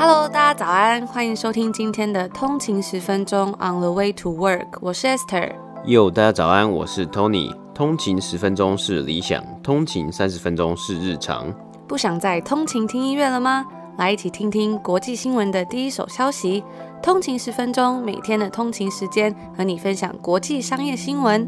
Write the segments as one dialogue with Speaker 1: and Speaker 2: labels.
Speaker 1: Hello， 大家早安，欢迎收听今天的通勤10分钟 On the way to work， 我是 Esther。
Speaker 2: 大家早安，我是 Tony。通勤10分钟是理想，通勤30分钟是日常。
Speaker 1: 不想再通勤听音乐了吗？来一起听听国际新闻的第一手消息。通勤10分钟，每天的通勤时间和你分享国际商业新闻。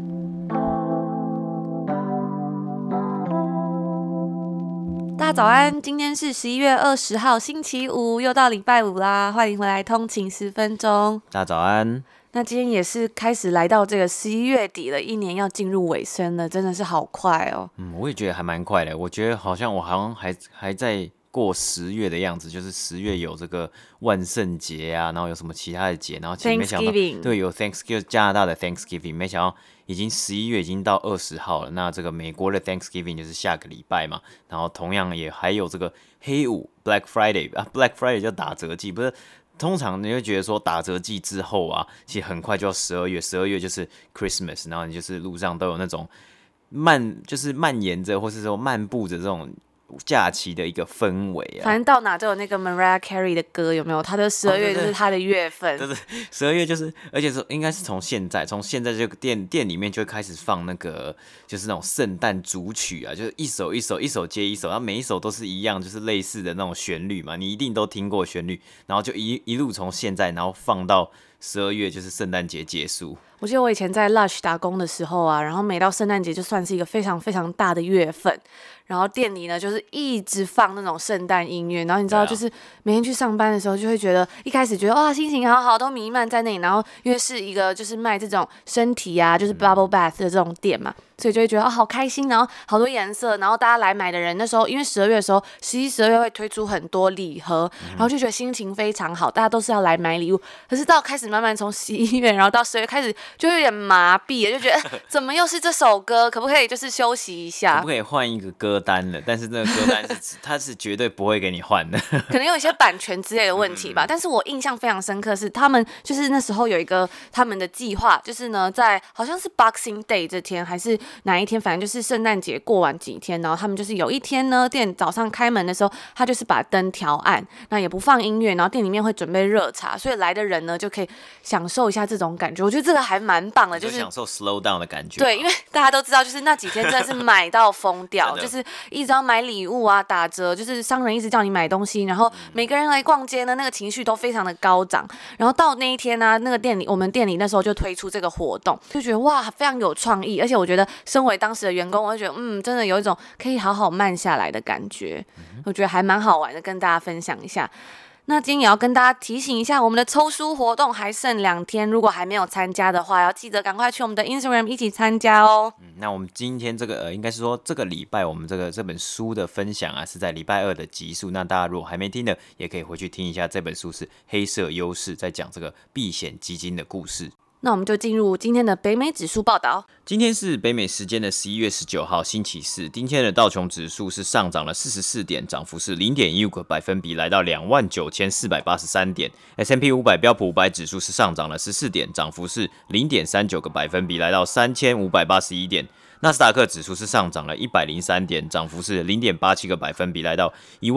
Speaker 1: 大家早安，今天是11月20号星期五，又到礼拜五啦，欢迎回来通勤10分钟。
Speaker 2: 大家早安。
Speaker 1: 那今天也是开始来到这个11月底了，一年要进入尾声了，真的是好快哦。
Speaker 2: 我也觉得还蛮快的，我觉得我好像还在过10月的样子，就是10月有这个万圣节啊，然后有什么其他的节，然后没想到对有 Thanksgiving 加拿大的 Thanksgiving， 没想到已经11月已经到20号了。那这个美国的 Thanksgiving 就是下个礼拜嘛，然后同样也还有这个黑五 Black Friday 啊 ，Black Friday 叫打折季，不是。通常你会觉得说打折季之后啊，其实很快就要12月就是 Christmas， 然后你就是路上都有那种就是蔓延着或是说漫步着这种假期的一个氛围啊。
Speaker 1: 反正到哪都有那个 Mariah Carey 的歌，有没有？他的12月就是他的月份。
Speaker 2: 对，12月就是，而且应该是从现在这个店里面就会开始放那个就是那种圣诞主曲啊，就是一首接一首，然后每一首都是一样，就是类似的那种旋律嘛，你一定都听过旋律，然后就一路从现在然后放到12月，就是圣诞节结束。
Speaker 1: 我记得我以前在 Lush 打工的时候啊，然后每到圣诞节就算是一个非常非常大的月份，然后店里呢就是一直放那种圣诞音乐，然后你知道就是每天去上班的时候就会觉得一开始觉得哇心情好好，都弥漫在那里，然后因为是一个就是卖这种身体啊就是 bubble bath 的这种店嘛，所以就会觉得好开心，然后好多颜色，然后大家来买的人那时候因为12月的时候11、12月会推出很多礼盒，然后就觉得心情非常好，大家都是要来买礼物。可是到开始慢慢从11月然后到12月开始就有点麻痹了，就觉得怎么又是这首歌，可不可以就是休息一下？
Speaker 2: 可不可以换一个歌单了？但是那个歌单它是绝对不会给你换的，
Speaker 1: 可能有一些版权之类的问题吧。但是我印象非常深刻是他们就是那时候有一个他们的计划，就是呢在好像是 Boxing Day 这天还是哪一天，反正就是圣诞节过完几天，然后他们就是有一天呢店早上开门的时候，他就是把灯调暗，那也不放音乐，然后店里面会准备热茶，所以来的人呢就可以享受一下这种感觉。我觉得这个还蛮棒的，就是
Speaker 2: 享受 slow down 的感觉。
Speaker 1: 对，因为大家都知道，就是那几天真的是买到疯掉，就是一直要买礼物啊，打折，就是商人一直叫你买东西，然后每个人来逛街呢，那个情绪都非常的高涨。然后到那一天呢，那个我们店里那时候就推出这个活动，就觉得哇，非常有创意，而且我觉得身为当时的员工，我就觉得真的有一种可以好好慢下来的感觉，我觉得还蛮好玩的，跟大家分享一下。那今天也要跟大家提醒一下，我们的抽书活动还剩2天，如果还没有参加的话，要记得赶快去我们的 Instagram 一起参加哦。
Speaker 2: 那我们今天这个应该是说这个礼拜我们这本书的分享啊，是在礼拜2的集数。那大家如果还没听的，也可以回去听一下。这本书是黑色优势，在讲这个避险基金的故事。
Speaker 1: 那我们就进入今天的北美指数报道。
Speaker 2: 今天是北美时间的11月19号星期四，今天的道琼指数是上涨了44点，涨幅是 0.15 个百分比，来到29,483点。S&P 500标普500指数是上涨了14点，涨幅是 0.39 个百分比，来到3,581点。纳斯达克指数是上涨了103点，涨幅是 0.87 个百分比，来到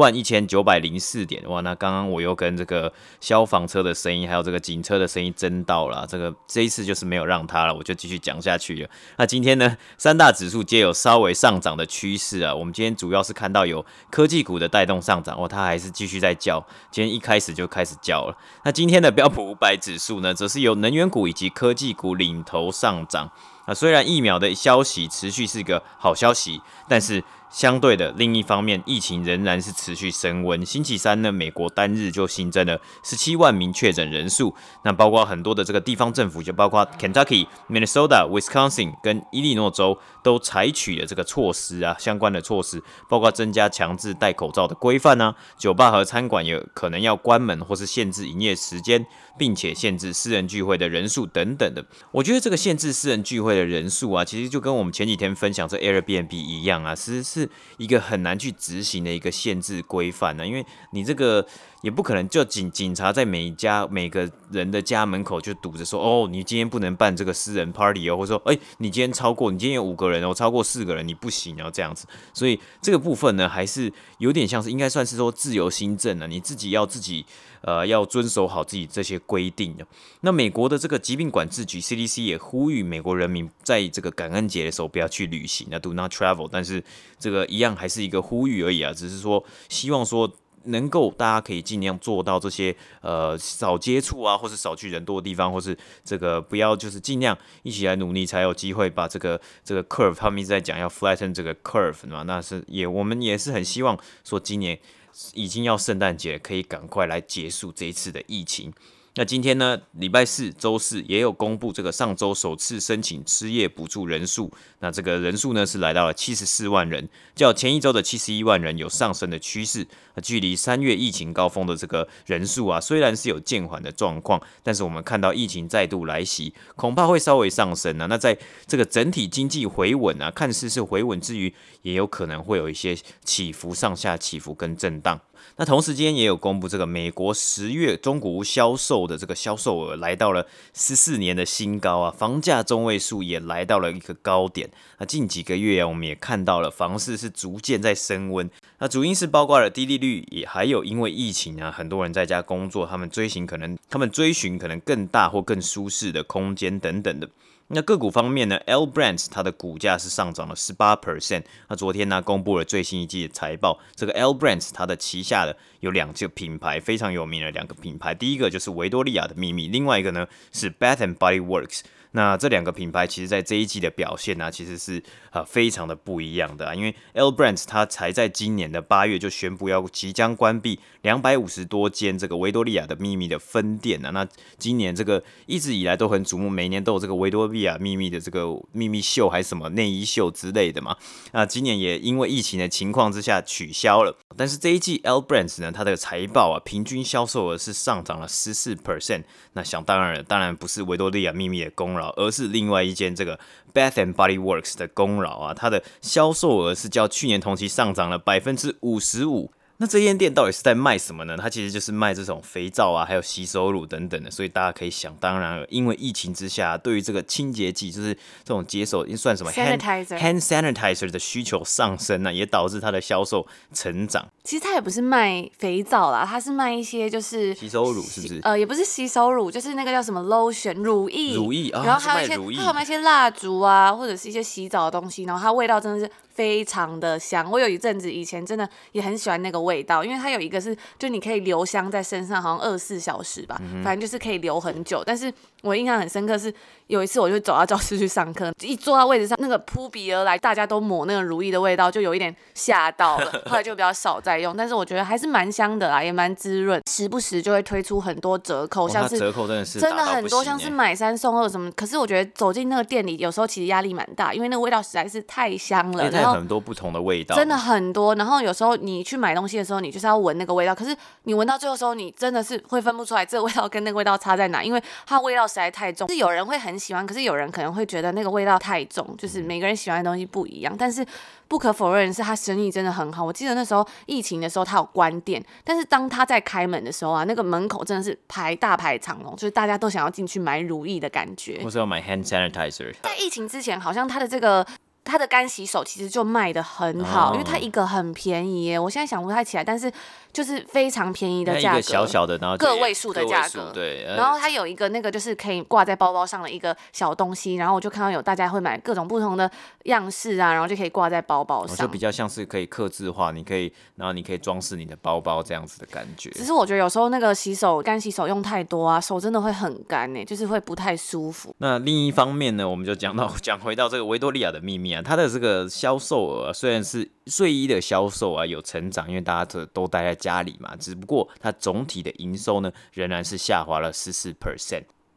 Speaker 2: 11,904点。哇，那刚刚我又跟这个消防车的声音还有这个警车的声音争到了，这一次就是没有让它了，我就继续讲下去了。那今天呢，三大指数皆有稍微上涨的趋势啊。我们今天主要是看到有科技股的带动上涨，它还是继续在叫，今天一开始就开始叫了。那今天的标普500指数呢，则是由能源股以及科技股领头上涨。虽然疫苗的消息持续是个好消息，但是相对的，另一方面，疫情仍然是持续升温。星期三呢，美国单日就新增了17万名确诊人数，那包括很多的这个地方政府，就包括 Kentucky、Minnesota、Wisconsin 跟伊利诺州都采取了这个措施啊，相关的措施，包括增加强制戴口罩的规范啊，酒吧和餐馆也可能要关门或是限制营业时间，并且限制私人聚会的人数等等的。我觉得这个限制私人聚会的人数啊，其实就跟我们前几天分享这 Airbnb 一样啊，是是一个很难去执行的一个限制规范呢，因为你这个也不可能就警察在每个人的家门口就堵着说，哦，你今天不能办这个私人 party 哦，或者说，你今天有5个人哦，超过4个人你不行哦，这样子。所以这个部分呢，还是有点像是应该算是说自由新政啊，你自己要遵守好自己这些规定的。那美国的这个疾病管制局 CDC 也呼吁美国人民在这个感恩节的时候不要去旅行啊 ，Do not travel。但是这个一样还是一个呼吁而已啊，只是说希望说能够大家可以尽量做到这些少接触啊，或是少去人多的地方，或是这个不要就是尽量一起来努力，才有机会把这个 curve， 他们一直在讲要 flatten 这个 curve 嘛，那是我们也是很希望说今年已经要圣诞节了，可以赶快来结束这一次的疫情。那今天呢，礼拜四、周四也有公布这个上周首次申请失业补助人数，那这个人数呢是来到了74万人，较前一周的71万人有上升的趋势。距离3月疫情高峰的这个人数啊，虽然是有渐缓的状况，但是我们看到疫情再度来袭，恐怕会稍微上升啊。那在这个整体经济回稳啊，看似是回稳之余，也有可能会有一些起伏，上下起伏跟震荡。那同时间也有公布这个美国10月中古屋销售的这个销售额来到了14年的新高啊，房价中位数也来到了一个高点。那近几个月啊，我们也看到了房市是逐渐在升温。那主因是包括了低利率，也还有因为疫情啊，很多人在家工作，他们追寻可能更大或更舒适的空间等等的。那个股方面呢 ，L Brands 它的股价是上涨了18%。那昨天呢，公布了最新一季的财报。这个 L Brands 它的旗下的有2个品牌非常有名的2个品牌，第一个就是维多利亚的秘密，另外一个呢是 Bath and Body Works。那这2个品牌其实在这一季的表现呢，其实是非常的不一样的啊，因为 L Brands 它才在今年的8月就宣布要即将关闭250多间这个维多利亚的秘密的分店啊。那今年这个一直以来都很瞩目，每年都有这个维多利亚秘密的这个秘密秀还是什么内衣秀之类的嘛。那今年也因为疫情的情况之下取消了，但是这一季 L Brands 呢，它的财报啊，平均销售额是上涨了14%。那想当然不是维多利亚秘密的功劳，而是另外一间这个 Bath and Body Works 的功劳啊，它的销售额是较去年同期上涨了55%。那这间店到底是在卖什么呢？它其实就是卖这种肥皂啊，还有洗手乳等等的，所以大家可以想当然了，因为疫情之下，对于这个清洁剂，就是这种洁手算什么 hand sanitizer 的需求上升啊，也导致它的销售成长。
Speaker 1: 其实它也不是卖肥皂啦，它是卖一些就是
Speaker 2: 洗手乳，是不是？
Speaker 1: 也不是洗手乳，就是那个叫什么 lotion 乳液，
Speaker 2: 然
Speaker 1: 后还有卖一些蜡烛啊，或者是一些洗澡的东西，然后它味道真的是非常的香。我有一阵子以前真的也很喜欢那个味道，因为它有一个是就你可以留香在身上，好像24小时吧，反正就是可以留很久。但是我印象很深刻是有一次我就走到教室去上课，一坐到位置上，那个扑鼻而来大家都抹那个乳液的味道，就有一点吓到了，后来就比较少再用。但是我觉得还是蛮香的啦，也蛮滋润，时不时就会推出很多折扣，像是
Speaker 2: 折扣真的是
Speaker 1: 真的很多，像是买3送2什么。可是我觉得走进那个店里，有时候其实压力蛮大，因为那个味道实在是太香了，
Speaker 2: 然后很多不同的味道，
Speaker 1: 真的很多。然后有时候你去买东西的时候，你就是要闻那个味道，可是你闻到最后的时候，你真的是会分不出来这个味道跟那个味道差在哪，因为它味道实在太重。是有人会很喜欢，可是有人可能会觉得那个味道太重，就是每个人喜欢的东西不一样。但是不可否认的是，他生意真的很好。我记得那时候疫情的时候，他有关店，但是当他在开门的时候啊，那个门口真的是大排长龙，就是大家都想要进去买乳液的感觉，
Speaker 2: 或是要买 hand sanitizer。
Speaker 1: 在疫情之前，好像它的干洗手其实就卖得很好，因为它一个很便宜耶，我现在想不太起来，但是就是非常便宜的价格，
Speaker 2: 一个小小的，然后
Speaker 1: 个位数的价格，
Speaker 2: 对。
Speaker 1: 然后它有一个那个就是可以挂在包包上的一个小东西，然后我就看到有大家会买各种不同的样式啊，然后就可以挂在包包上，
Speaker 2: 就比较像是可以客制化，然后你可以装饰你的包包这样子的感觉。
Speaker 1: 只是我觉得有时候那个干洗手用太多啊，手真的会很干耶，就是会不太舒服。
Speaker 2: 那另一方面呢，我们就讲回到这个维多利亚的秘密啊，它的这个销售额虽然是睡衣的销售啊有成长，因为大家都待在家里嘛，只不过它总体的营收呢仍然是下滑了14%。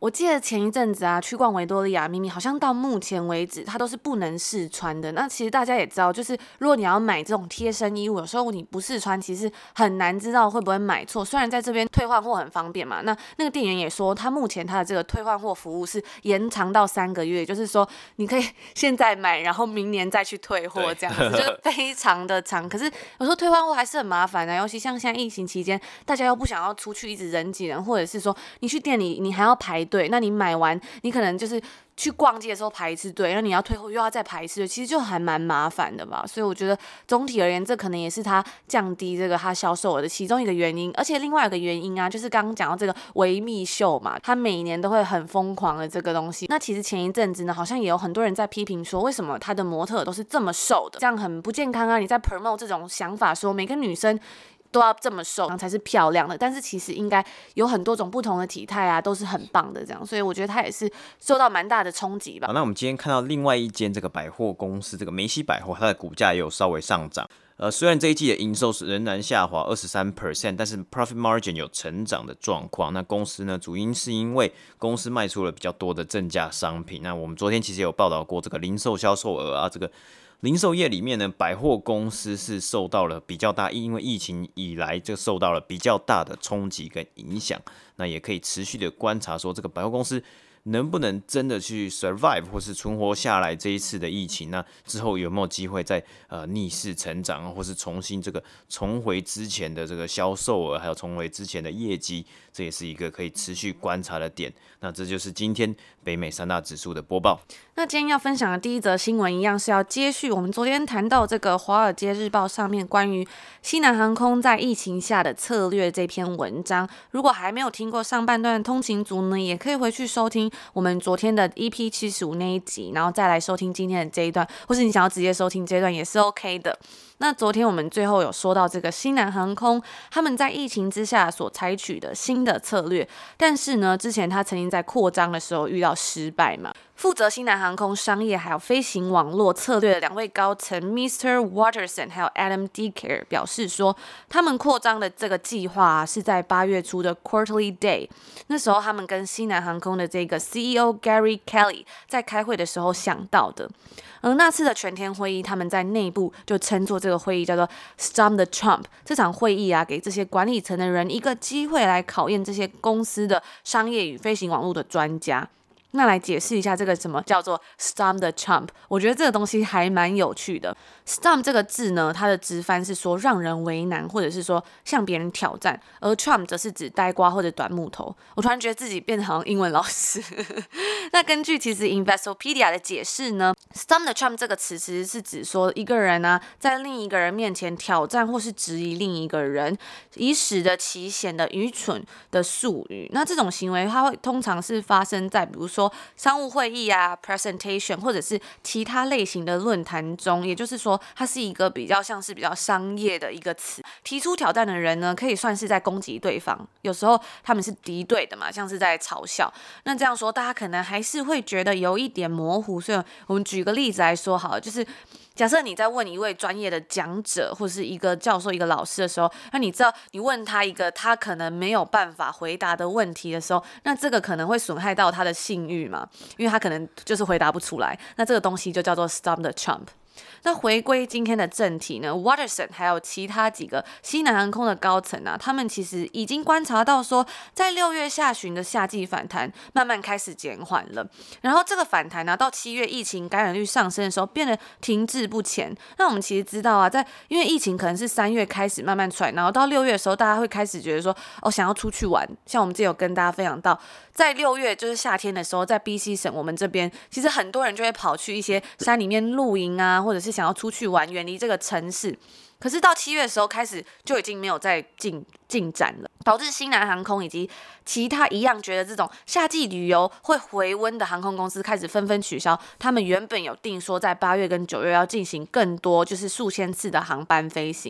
Speaker 1: 我记得前一阵子啊，去逛维多利亚秘密，好像到目前为止它都是不能试穿的。那其实大家也知道，就是如果你要买这种贴身衣物，有时候你不试穿，其实很难知道会不会买错。虽然在这边退换货很方便嘛，那个店员也说，他目前他的这个退换货服务是延长到3个月，就是说你可以现在买，然后明年再去退货，这样子就是非常的长。可是有时候退换货还是很麻烦的，尤其像现在疫情期间，大家又不想要出去一直人挤人，或者是说你去店里你还要排队，那你买完你可能就是去逛街的时候排一次队，那你要退货又要再排一次队，其实就还蛮麻烦的吧。所以我觉得总体而言，这可能也是它降低这个它销售额的其中一个原因。而且另外一个原因啊，就是刚刚讲到这个维密秀嘛，它每年都会很疯狂的这个东西。那其实前一阵子呢，好像也有很多人在批评说，为什么它的模特都是这么瘦的，这样很不健康啊？你在 promote 这种想法说每个女生都要这么瘦才是漂亮的，但是其实应该有很多种不同的体态啊，都是很棒的这样，所以我觉得它也是受到蛮大的冲击吧。
Speaker 2: 好，那我们今天看到另外一间这个百货公司，这个梅西百货，它的股价也有稍微上涨。虽然这一季的营收是仍然下滑23%，但是 profit margin 有成长的状况。那公司呢，主因是因为公司卖出了比较多的正价商品。那我们昨天其实有报道过这个零售销售额啊，这个零售业里面呢，百货公司是受到了比较大，因为疫情以来就受到了比较大的冲击跟影响。那也可以持续的观察说，这个百货公司能不能真的去 survive 或是存活下来这一次的疫情？那之后有没有机会再逆势成长，或是重新这个重回之前的这个销售额，还有重回之前的业绩？这也是一个可以持续观察的点。那这就是今天北美3大指数的播报。
Speaker 1: 那今天要分享的第一则新闻，一样是要接续我们昨天谈到这个《华尔街日报》上面关于西南航空在疫情下的策略这篇文章。如果还没有听过上半段的通勤族呢，也可以回去收听我们昨天的 EP75那一集，然后再来收听今天的这一段，或是你想要直接收听这一段也是 OK 的。那昨天我们最后有说到这个西南航空他们在疫情之下所采取的新的策略，但是呢，之前他曾经在扩张的时候遇到失败嘛。负责西南航空商业还有飞行网络策略的2位高层 Mr. Watterson 还有 Adam Decker 表示说，他们扩张的这个计划是在8月初的 Quarterly Day， 那时候他们跟西南航空的这个 CEO Gary Kelly 在开会的时候想到的。而那次的全天会议，他们在内部就称作这个会议叫做 Stomp the Trump。这场会议啊，给这些管理层的人一个机会来考验这些公司的商业与飞行网络的专家。那来解释一下这个什么叫做 Stomp the Trump， 我觉得这个东西还蛮有趣的。Stomp 这个字呢，它的直翻是说让人为难，或者是说向别人挑战，而 Trump 则是指呆瓜或者短木头。我突然觉得自己变得好像英文老师。那根据其实 Investopedia 的解释呢， Stomp the Trump 这个词其实是指说一个人啊，在另一个人面前挑战或是质疑另一个人，以使得其显得愚蠢的术语。那这种行为它会通常是发生在比如说商务会议啊 presentation 或者是其他类型的论坛中，也就是说它是一个比较像是比较商业的一个词。提出挑战的人呢，可以算是在攻击对方，有时候他们是敌对的嘛，像是在嘲笑。那这样说大家可能还是会觉得有一点模糊，所以我们举个例子来说好了，就是假设你在问一位专业的讲者或是一个教授一个老师的时候，那你知道你问他一个他可能没有办法回答的问题的时候，那这个可能会损害到他的信誉嘛，因为他可能就是回答不出来，那这个东西就叫做 Stomp the Trump。那回归今天的正题呢 ，Watterson 还有其他几个西南航空的高层啊，他们其实已经观察到说，在6月下旬的夏季反弹慢慢开始减缓了，然后这个反弹呢，到7月疫情感染率上升的时候变得停滞不前。那我们其实知道啊，因为疫情可能是3月开始慢慢出来，然后到6月的时候，大家会开始觉得说，想要出去玩。像我们之前有跟大家分享到，在6月就是夏天的时候，在 BC 省我们这边，其实很多人就会跑去一些山里面露营啊，或者是想要出去玩，远离这个城市。可是到7月的时候开始就已经没有再进展了，导致新南航空以及其他一样觉得这种夏季旅游会回温的航空公司开始纷纷取消他们原本有定说在8月跟9月要进行更多就是数千次的航班飞行。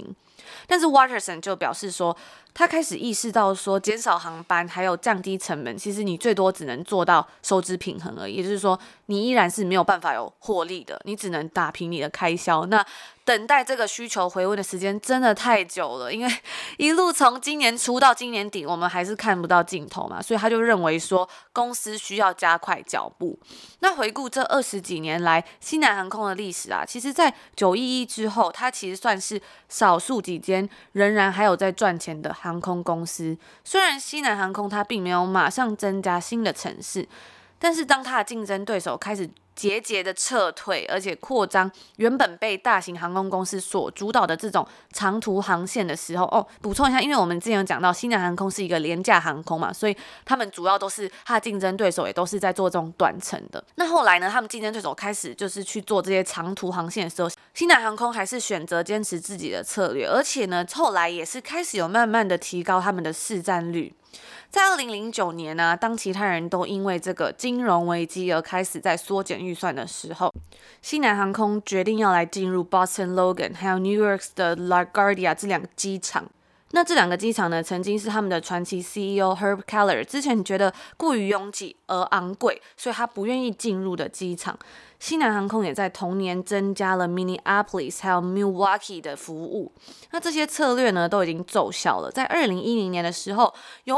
Speaker 1: 但是 Watterson 就表示说，他开始意识到说，减少航班还有降低成本，其实你最多只能做到收支平衡而已，也就是说，你依然是没有办法有获利的，你只能打平你的开销。那等待这个需求回温的时间真的太久了，因为一路从今年初到今年底，我们还是看不到尽头嘛，所以他就认为说，公司需要加快脚步。那回顾这20几年来西南航空的历史啊，其实在911之后，它其实算是少数几间仍然还有在赚钱的航空公司。虽然西南航空它并没有马上增加新的城市，但是当它的竞争对手开始节节的撤退，而且扩张原本被大型航空公司所主导的这种长途航线的时候，补充一下，因为我们之前有讲到西南航空是一个廉价航空嘛，所以他们主要都是它的竞争对手也都是在做这种短程的。那后来呢，他们竞争对手开始就是去做这些长途航线的时候，西南航空还是选择坚持自己的策略，而且呢，后来也是开始有慢慢的提高他们的市占率。在2009年呢，当其他人都因为这个金融危机而开始在缩减预算的时候，西南航空决定要来进入 Boston Logan 还有 New York 的 LaGuardia 这两个机场。那这两个机场呢，曾经是他们的传奇 CEO Herb Keller 之前觉得过于拥挤而昂贵，所以他不愿意进入的机场。西南航空也在同年增加了 Minneapolis 还有 Milwaukee 的服务。那这些策略呢，都已经奏效了。在2010年的时候，有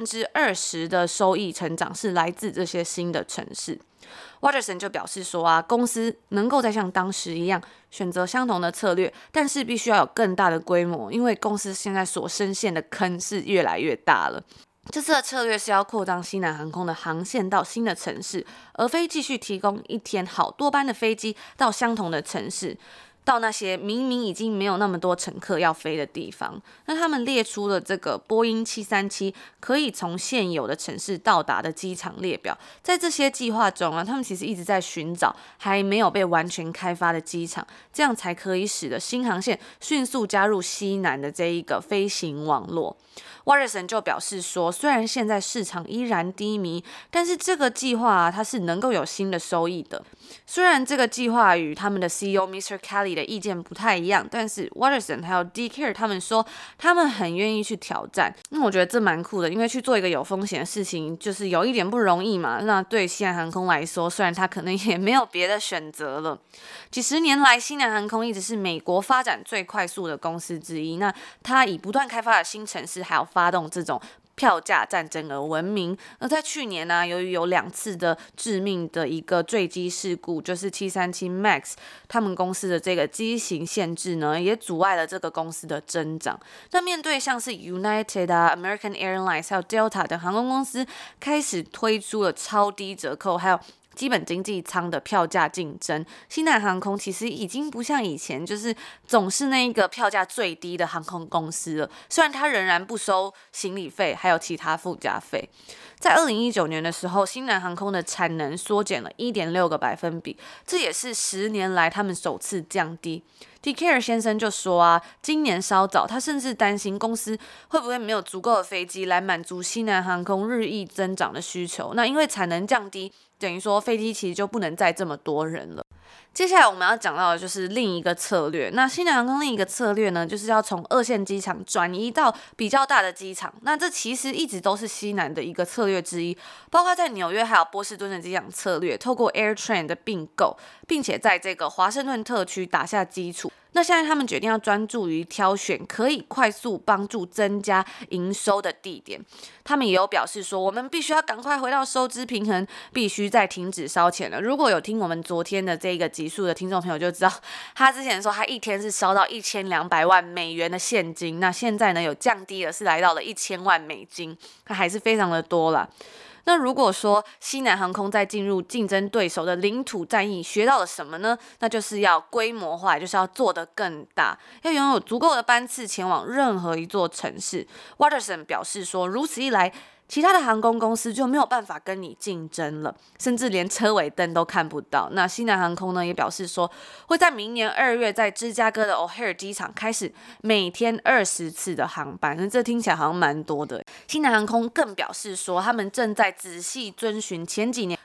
Speaker 1: 20%的收益成长是来自这些新的城市。Watterson 就表示说啊，公司能够再像当时一样选择相同的策略，但是必须要有更大的规模，因为公司现在所深陷的坑是越来越大了。这次的策略是要扩张西南航空的航线到新的城市，而非继续提供一天好多班的飞机到相同的城市，到那些明明已经没有那么多乘客要飞的地方。那他们列出了这个波音737可以从现有的城市到达的机场列表。在这些计划中啊，他们其实一直在寻找还没有被完全开发的机场，这样才可以使得新航线迅速加入西南的这一个飞行网络。Watterson 就表示说，虽然现在市场依然低迷，但是这个计划啊，它是能够有新的收益的。虽然这个计划与他们的 CEO Mr. Kelly 的意见不太一样，但是 Watterson 还有 DeCare 他们说，他们很愿意去挑战。那我觉得这蛮酷的，因为去做一个有风险的事情，就是有一点不容易嘛。那对西南航空来说，虽然他可能也没有别的选择了。几十年来，西南航空一直是美国发展最快速的公司之一。那它以不断开发的新城市，还有发动这种票价战争而闻名。而在去年呢，由于有2次的致命的一个坠机事故，就是737 MAX 他们公司的这个机型限制呢，也阻碍了这个公司的增长。那面对像是 United 啊、American Airlines 还有 Delta 等航空公司开始推出了超低折扣，还有基本经济舱的票价竞争，西南航空其实已经不像以前就是总是那一个票价最低的航空公司了，虽然它仍然不收行李费还有其他附加费。在2019年的时候，西南航空的产能缩减了 1.6 个百分比，这也是10年来他们首次降低。DeCare 先生就说啊，今年稍早，他甚至担心公司会不会没有足够的飞机来满足西南航空日益增长的需求。那因为产能降低，等于说飞机其实就不能载这么多人了。接下来我们要讲到的就是另一个策略。那西南航空另一个策略呢，就是要从2线机场转移到比较大的机场。那这其实一直都是西南的一个策略之一，包括在纽约还有波士顿的机场策略，透过 AirTran 的并购，并且在这个华盛顿特区打下基础。那现在他们决定要专注于挑选可以快速帮助增加营收的地点。他们也有表示说，我们必须要赶快回到收支平衡，必须再停止烧钱了。如果有听我们昨天的这个集数的听众朋友就知道，他之前说他一天是烧到1200万美元的现金，那现在呢有降低了，是来到了1000万美金，它还是非常的多啦。那如果说西南航空在进入竞争对手的领土战役学到了什么呢？那就是要规模化，就是要做得更大，要拥有足够的班次前往任何一座城市。Watterson 表示说，如此一来，其他的航空公司就没有办法跟你竞争了，甚至连车尾灯都看不到。那西南航空呢也表示说，会在明年2月在芝加哥的 O'Hare 机场开始每天20次的航班，那这听起来好像蛮多的。西南航空更表示说，他们正在仔细遵循前几年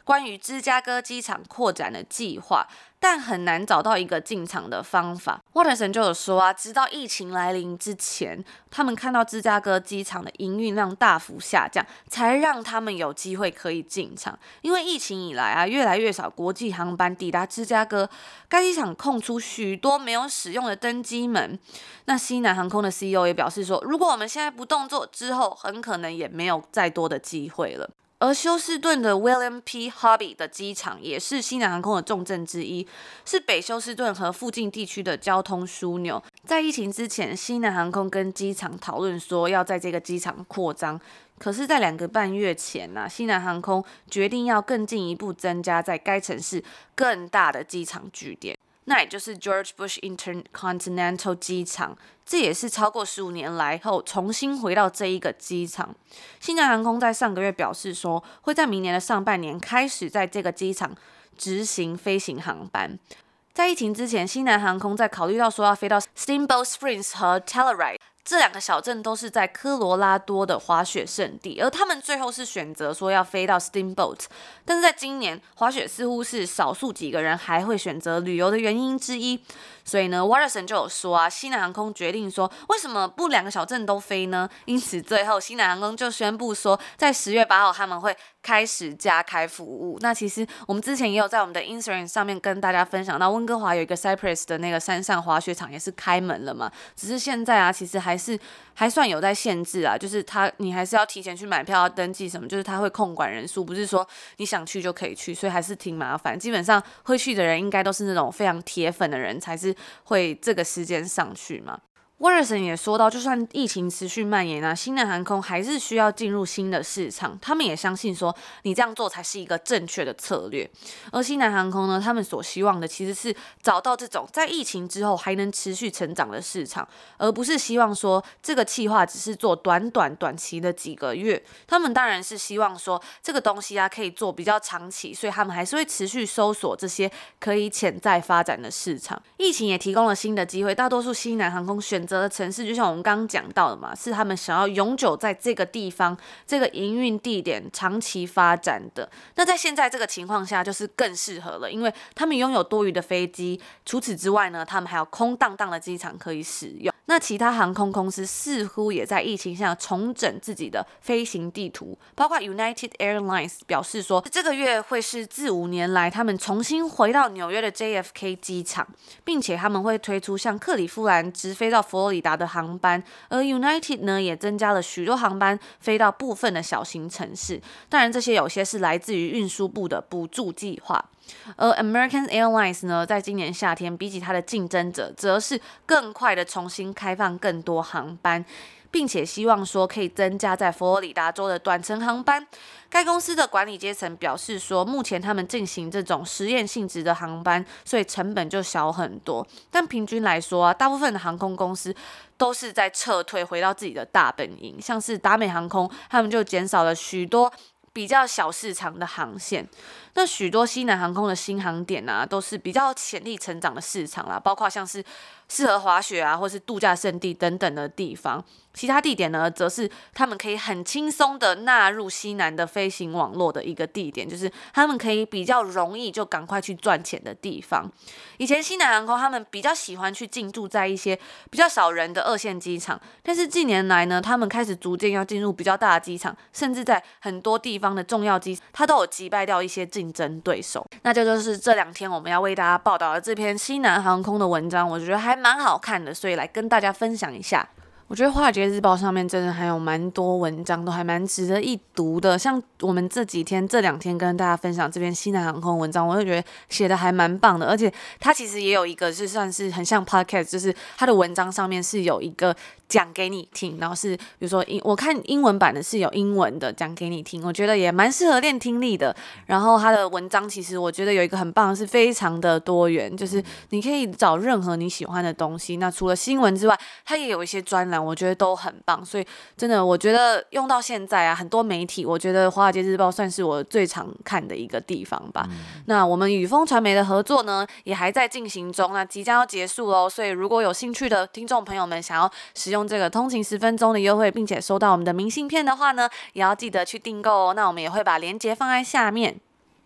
Speaker 1: 关于芝加哥机场扩展的计划，但很难找到一个进场的方法。Watterson 就有说啊，直到疫情来临之前，他们看到芝加哥机场的营运量大幅下降，才让他们有机会可以进场。因为疫情以来啊，越来越少国际航班抵达芝加哥，该机场空出许多没有使用的登机门。那西南航空的 CEO 也表示说，如果我们现在不动作，之后很可能也没有再多的机会了。而休斯顿的 William P. Hobby 的机场也是西南航空的重镇之一，是北休斯顿和附近地区的交通枢纽。在疫情之前，西南航空跟机场讨论说要在这个机场扩张，可是在2个半月前西南航空决定要更进一步增加在该城市更大的机场据点。那也就是 George Bush Intercontinental 机场，这也是超过15年来后重新回到这一个机场。西南航空在上个月表示说，会在明年的上半年开始在这个机场执行飞行航班。在疫情之前，西南航空在考虑到说要飞到 Steamboat Springs 和 Telluride，这2个小镇都是在科罗拉多的滑雪胜地，而他们最后是选择说要飞到 Steamboat。但是在今年，滑雪似乎是少数几个人还会选择旅游的原因之一。所以呢 Watterson 就有说啊，西南航空决定说，为什么不2个小镇都飞呢？因此最后西南航空就宣布说，在10月8号他们会开始加开服务。那其实我们之前也有在我们的 Instagram 上面跟大家分享到，温哥华有一个 Cypress 的那个山上滑雪场也是开门了嘛，只是现在其实还算有在限制就是你还是要提前去买票要登记什么，就是他会控管人数，不是说你想去就可以去，所以还是挺麻烦。基本上会去的人应该都是那种非常铁粉的人才是会这个时间上去嘛。Watterson 也说到，就算疫情持续蔓延西南航空还是需要进入新的市场。他们也相信说，你这样做才是一个正确的策略。而西南航空呢，他们所希望的其实是找到这种在疫情之后还能持续成长的市场，而不是希望说这个企划只是做短期的几个月。他们当然是希望说这个东西可以做比较长期，所以他们还是会持续搜索这些可以潜在发展的市场。疫情也提供了新的机会，大多数西南航空选择的城市，就像我们刚刚讲到的嘛，是他们想要永久在这个地方、这个营运地点长期发展的。那在现在这个情况下，就是更适合了，因为他们拥有多余的飞机，除此之外呢，他们还有空荡荡的机场可以使用。那其他航空公司似乎也在疫情下重整自己的飞行地图，包括 United Airlines 表示说，这个月会是自5年来他们重新回到纽约的 JFK 机场，并且他们会推出像克里夫兰直飞到佛罗里达的航班，而 United 呢也增加了许多航班飞到部分的小型城市，当然这些有些是来自于运输部的补助计划。而 American Airlines 呢，在今年夏天比起它的竞争者，则是更快的重新开放更多航班，并且希望说可以增加在佛罗里达州的短程航班。该公司的管理阶层表示说，目前他们进行这种实验性质的航班，所以成本就小很多。但平均来说大部分的航空公司都是在撤退回到自己的大本营，像是达美航空，他们就减少了许多比较小市场的航线。那许多西南航空的新航点都是比较潜力成长的市场啦，包括像是适合滑雪或是度假胜地等等的地方。其他地点呢，则是他们可以很轻松的纳入西南的飞行网络的一个地点，就是他们可以比较容易就赶快去赚钱的地方。以前西南航空他们比较喜欢去进驻在一些比较少人的2线机场，但是近年来呢，他们开始逐渐要进入比较大的机场，甚至在很多地方的重要机场，它都有击败掉一些竞争对手。那这就是这2天我们要为大家报道的这篇西南航空的文章，我觉得还蛮好看的，所以来跟大家分享一下。我觉得《华尔街日报》上面真的还有蛮多文章，都还蛮值得一读的。像我们这2天跟大家分享这篇西南航空文章，我就觉得写的还蛮棒的。而且它其实也有一个就算是很像 podcast， 就是它的文章上面是有一个讲给你听，然后是比如说我看英文版的是有英文的讲给你听，我觉得也蛮适合练听力的。然后它的文章其实我觉得有一个很棒的是非常的多元，就是你可以找任何你喜欢的东西。那除了新闻之外，它也有一些专栏，我觉得都很棒。所以真的我觉得用到现在很多媒体，我觉得《华尔街日报》算是我最常看的一个地方吧。那我们与风传媒的合作呢，也还在进行中，那即将要结束咯。所以如果有兴趣的听众朋友们想要使用这个通勤10分钟的优惠，并且收到我们的明信片的话呢，也要记得去订购哦。那我们也会把链接放在下面。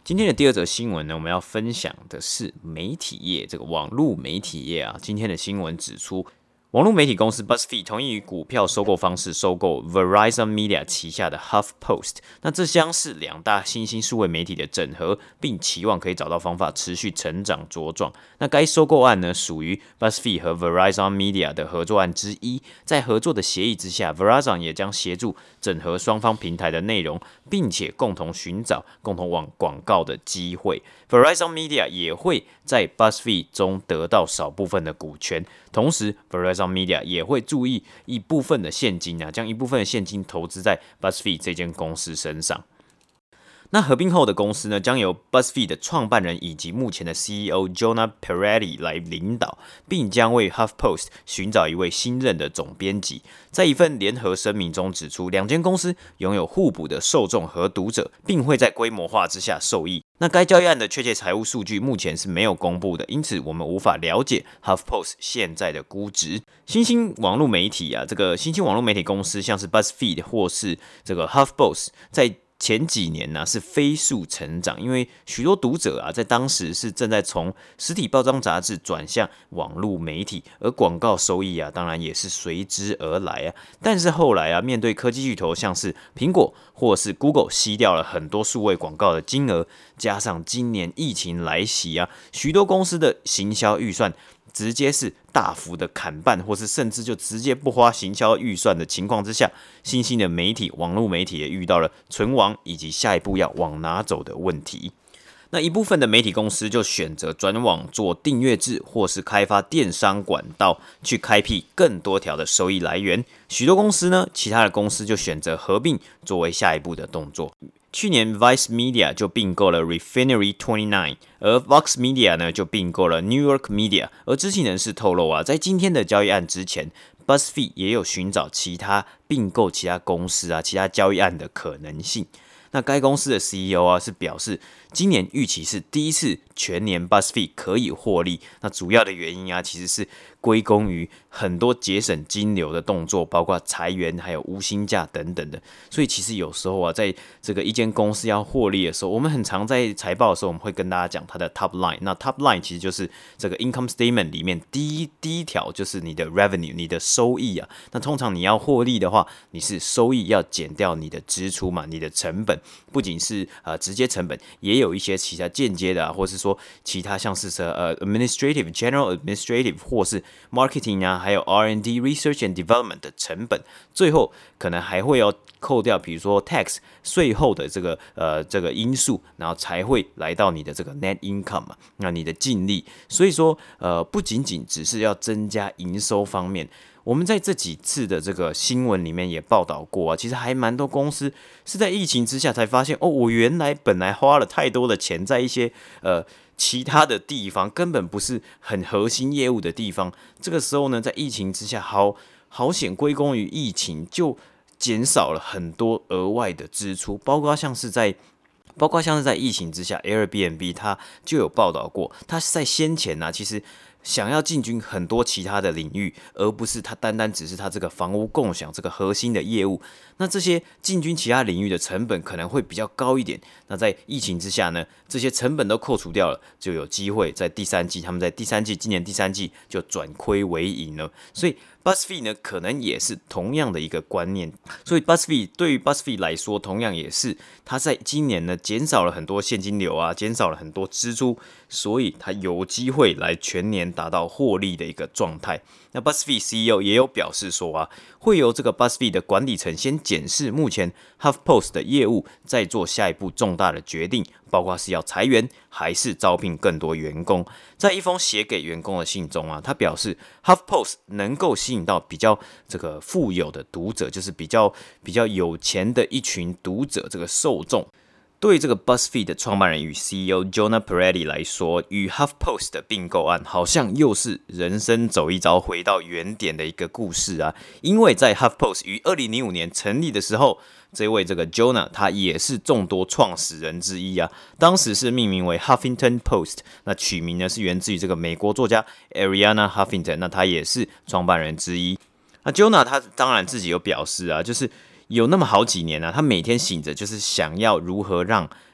Speaker 2: 今天的第二则新闻呢，我们要分享的是媒体业，这个网络媒体业啊。今天的新闻指出，网络媒体公司 BuzzFeed 同意以股票收购方式收购 Verizon Media 旗下的 HuffPost。那这将是两大新兴数位媒体的整合，并期望可以找到方法持续成长茁壮。那该收购案呢，属于 BuzzFeed 和 Verizon Media 的合作案之一。在合作的协议之下 ，Verizon 也将协助整合双方平台的内容，并且共同寻找共同网广告的机会。Verizon Media 也会在 BuzzFeed 中得到少部分的股权，同时 Verizon Media 也会注意一部分的现金将一部分的现金投资在 BuzzFeed 这间公司身上。那合并后的公司呢，将由 BuzzFeed 的创办人以及目前的 CEO Jonah Peretti 来领导，并将为 HuffPost 寻找一位新任的总编辑。在一份联合声明中指出，两间公司拥有互补的受众和读者，并会在规模化之下受益。那该交易案的确切财务数据目前是没有公布的，因此我们无法了解 HuffPost 现在的估值。新兴网络媒体这个新兴网络媒体公司像是 BuzzFeed 或是这个 HuffPost， 在前几年是飞速成长，因为许多读者在当时是正在从实体报章杂志转向网络媒体，而广告收益当然也是随之而来但是后来面对科技巨头像是苹果或是 Google 吸掉了很多数位广告的金额，加上今年疫情来袭许多公司的行销预算直接是大幅的砍半，或是甚至就直接不花行销预算的情况之下，新兴的媒体、网络媒体也遇到了存亡以及下一步要往哪走的问题。那一部分的媒体公司就选择转网做订阅制，或是开发电商管道，去开辟更多条的收益来源。许多公司呢，其他的公司就选择合并作为下一步的动作。去年 Vice Media 就并购了 Refinery29， 而 Vox Media 呢就并购了 New York Media。而知情人士透露在今天的交易案之前， BuzzFeed 也有寻找其他并购其他公司其他交易案的可能性。那该公司的 CEO 是表示，今年预期是第一次全年 BuzzFeed 可以获利。那主要的原因其实是归功于很多节省金流的动作，包括裁员还有无薪假等等的。所以其实有时候在这个一间公司要获利的时候，我们很常在财报的时候，我们会跟大家讲它的 top line。那 top line 其实就是这个 income statement 里面第一条就是你的 revenue， 你的收益那通常你要获利的话，你是收益要减掉你的支出嘛，你的成本不仅是直接成本，也有一些其他间接的或是说其他像是administrative general administrative 或是 marketing还有 R&D research and development 的成本，最后可能还会要扣掉比如说 tax 税后的这个因素，然后才会来到你的这个 net income 那你的净利。所以说不仅仅只是要增加营收方面，我们在这几次的这个新闻里面也报道过其实还蛮多公司是在疫情之下才发现我原来本来花了太多的钱在一些其他的地方，根本不是很核心业务的地方。这个时候呢，在疫情之下，好险归功于疫情，就减少了很多额外的支出，包括像是在疫情之下 ，Airbnb 它就有报道过，它在先前其实想要进军很多其他的领域，而不是它单单只是它这个房屋共享这个核心的业务。那这些进军其他领域的成本可能会比较高一点。那在疫情之下呢，这些成本都扣除掉了，就有机会在第三季，他们在今年第三季就转亏为盈了。所以 BuzzFeed 呢，可能也是同样的一个观念。所以对于 BuzzFeed 来说，同样也是它在今年呢减少了很多现金流减少了很多支出，所以它有机会来全年达到获利的一个状态。那 BuzzFeed CEO 也有表示说会由这个 BuzzFeed 的管理层先检视目前 HuffPost 的业务，再做下一步重大的决定，包括是要裁员还是招聘更多员工。在一封写给员工的信中他表示 HuffPost 能够吸引到比较这个富有的读者，就是比较有钱的一群读者，这个受众。对这个 BuzzFeed 的创办人与 CEO Jonah Peretti 来说，与 HuffPost 的并购案好像又是人生走一遭回到原点的一个故事因为在 HuffPost 于2005年成立的时候，这位这个 Jonah 他也是众多创始人之一当时是命名为 Huffington Post， 那取名呢是源自于这个美国作家 Arianna Huffington， 那他也是创办人之一。那 Jonah 他当然自己有表示就是有那么好几年他每天醒着就是想要如何让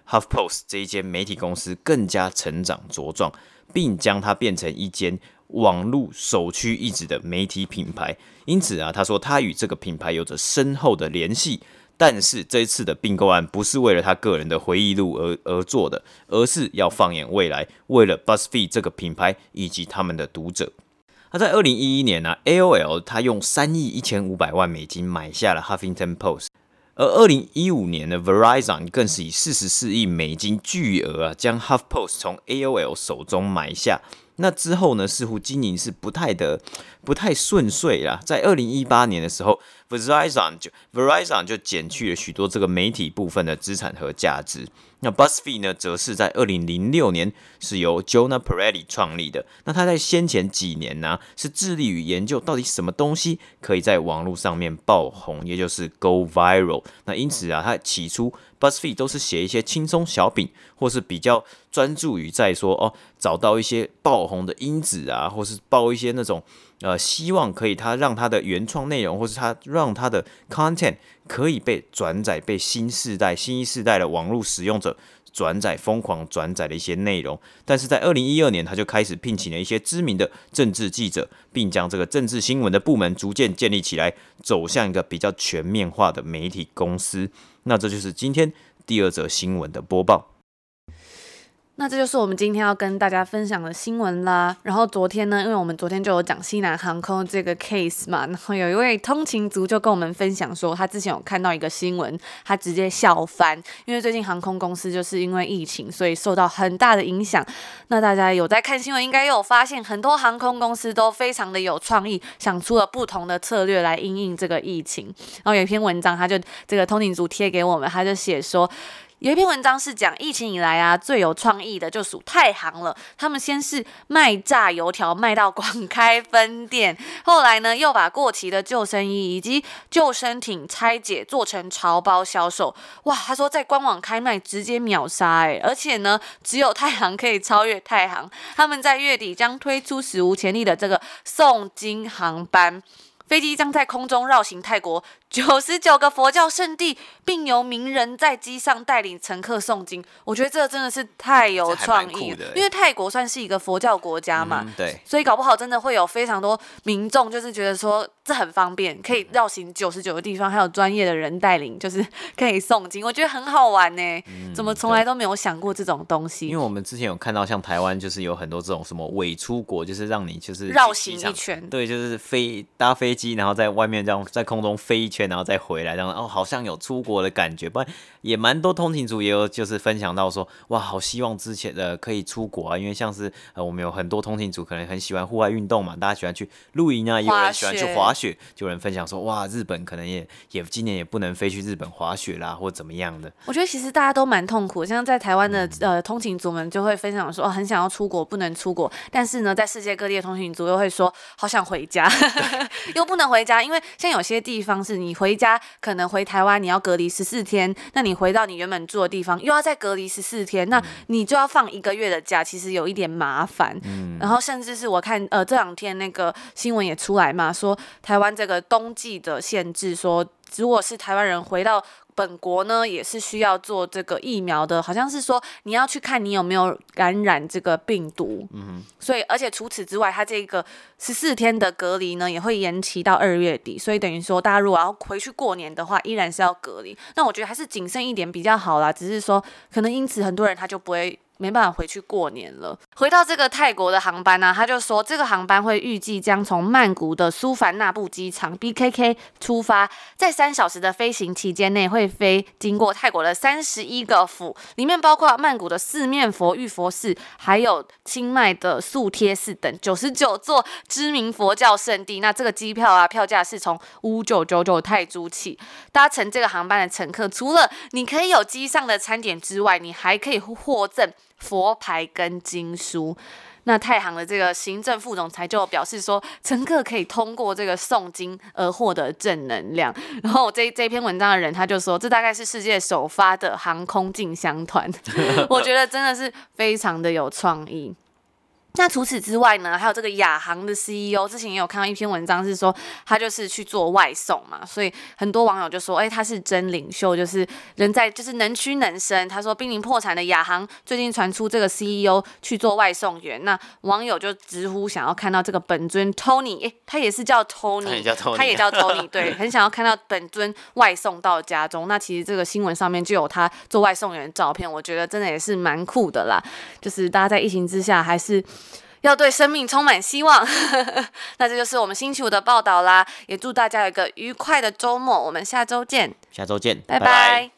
Speaker 2: HuffPost 这一间媒体公司更加成长茁壮，并将它变成一间网络首屈一指的媒体品牌。因此他说他与这个品牌有着深厚的联系。但是这一次的并购案不是为了他个人的回忆录而做的，而是要放眼未来，为了 BuzzFeed 这个品牌以及他们的读者。在2011年AOL 他用3亿1500万美金买下了 Huffington Post， 而2015年的 Verizon 更是以44亿美金巨额将 HuffPost 从 AOL 手中买下。那之后呢，似乎经营是不太顺遂啦。在2018年的时候 Verizon 就减去了许多这个媒体部分的资产和价值。那 BuzzFeed 呢，则是在2006年是由 Jonah Peretti 创立的。那他在先前几年是致力于研究到底什么东西可以在网络上面爆红，也就是 Go Viral。那因此他起初 BuzzFeed 都是写一些轻松小品，或是比较专注于在说找到一些爆红的因子或是爆一些那种希望可以让他的原创内容，或是让他的 content 可以被转载，被新一世代的网络使用者疯狂转载的一些内容。但是在2012年，他就开始聘请了一些知名的政治记者，并将这个政治新闻的部门逐渐建立起来，走向一个比较全面化的媒体公司。那这就是今天第2则新闻的播报。
Speaker 1: 那这就是我们今天要跟大家分享的新闻啦。然后昨天呢，因为我们昨天就有讲西南航空这个 case 嘛，然后有一位通勤族就跟我们分享说，他之前有看到一个新闻，他直接笑翻，因为最近航空公司就是因为疫情，所以受到很大的影响。那大家有在看新闻，应该有发现很多航空公司都非常的有创意，想出了不同的策略来因应这个疫情。然后有一篇文章，他就这个通勤族贴给我们，他就写说，有一篇文章是讲疫情以来最有创意的就属太行了。他们先是卖炸油条卖到广开分店，后来呢又把过期的救生衣以及救生艇拆解做成潮包销售。哇，他说在官网开卖直接秒杀而且呢只有太行可以超越太行。他们在月底将推出史无前例的这个诵经航班，飞机将在空中绕行泰国99个佛教圣地，并由名人在机上带领乘客诵经。我觉得这真的是太有创意了，因为泰国算是一个佛教国家嘛，
Speaker 2: 对，
Speaker 1: 所以搞不好真的会有非常多民众就是觉得说这很方便，可以绕行99个地方，还有专业的人带领，就是可以诵经，我觉得很好玩呢。怎么从来都没有想过这种东西？
Speaker 2: 因为我们之前有看到像台湾就是有很多这种什么伪出国，就是让你就是
Speaker 1: 绕行一圈，
Speaker 2: 对，就是搭飞机，然后在外面这样在空中飞一圈，然后再回来，这样好像有出国的感觉。不然也蛮多通勤族也有就是分享到说，哇，好希望之前可以出国因为像是我们有很多通勤族可能很喜欢户外运动嘛，大家喜欢去露营也有人喜欢去滑雪，就有人分享说，哇，日本可能也今年也不能飞去日本滑雪啦，或怎么样的。
Speaker 1: 我觉得其实大家都蛮痛苦，像在台湾的通勤族们就会分享说，很想要出国不能出国，但是呢在世界各地的通勤族又会说好想回家又不能回家，因为像有些地方是你回家可能回台湾你要隔离14天，那你回到你原本住的地方又要再隔离14天，那你就要放1个月的假，其实有一点麻烦。然后甚至是我看这2天那个新闻也出来嘛，说台湾这个冬季的限制，说如果是台湾人回到本国呢，也是需要做这个疫苗的，好像是说你要去看你有没有感染这个病毒。所以而且除此之外，它这个14天的隔离呢，也会延期到2月底，所以等于说大家如果要回去过年的话，依然是要隔离。那我觉得还是谨慎一点比较好啦，只是说可能因此很多人他就没办法回去过年了。回到这个泰国的航班他就说这个航班会预计将从曼谷的苏凡纳布机场 BKK 出发，在3小时的飞行期间内会飞经过泰国的31个府，里面包括曼谷的四面佛浴佛寺，还有清迈的素贴寺等99座知名佛教圣地。那这个机票票价是从5999泰铢起。搭乘这个航班的乘客，除了你可以有机上的餐点之外，你还可以获赠佛牌跟经书。那太行的这个行政副总裁就表示说，乘客可以通过这个诵经而获得正能量。然后这篇文章的人他就说，这大概是世界首发的航空进香团我觉得真的是非常的有创意。 那除此之外呢，还有这个亚航的 CEO， 之前也有看到一篇文章是说他就是去做外送嘛，所以很多网友就说，他是真领袖，就是人在就是能屈能伸。他说濒临破产的亚航最近传出这个 CEO 去做外送员，那网友就直呼想要看到这个本尊 Tony， 他也是叫 Tony， 他也叫 Tony， 对，很想要看到本尊外送到家中。那其实这个新闻上面就有他做外送员的照片，我觉得真的也是蛮酷的啦，就是大家在疫情之下还是要对生命充满希望那这就是我们星期五的报道啦，也祝大家有一个愉快的周末，我们下周见，
Speaker 2: 下周见，
Speaker 1: 拜拜。